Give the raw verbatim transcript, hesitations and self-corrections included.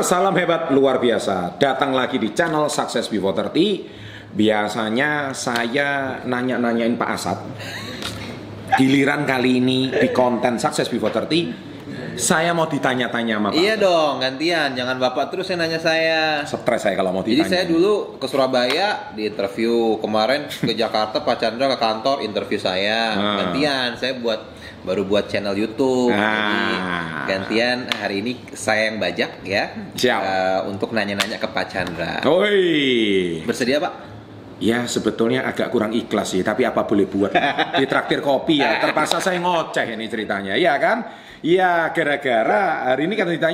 salam hebat luar biasa. Datang lagi di channel Success Before tiga puluh. Biasanya saya nanya-nanyain Pak Asad. Giliran kali ini di konten Success Before tiga puluh, saya mau ditanya-tanya sama Pak Iya Asad. dong, gantian. Jangan Bapak terus yang nanya saya. Stres saya kalau mau ditanya. Jadi saya dulu ke Surabaya di interview, kemarin ke Jakarta Pak Chandra ke kantor interview saya. Hmm. Gantian saya buat baru buat channel YouTube. Ah. Jadi gantian hari ini saya yang bajak ya. Siap. Uh, untuk nanya-nanya ke Pak Chandra. Oi. Bersedia Pak? Ya sebetulnya agak kurang ikhlas sih, tapi apa boleh buat. Di traktir kopi ya, terpaksa saya ngoceh ini ceritanya, ya kan? Ya gara-gara hari ini kan ditanya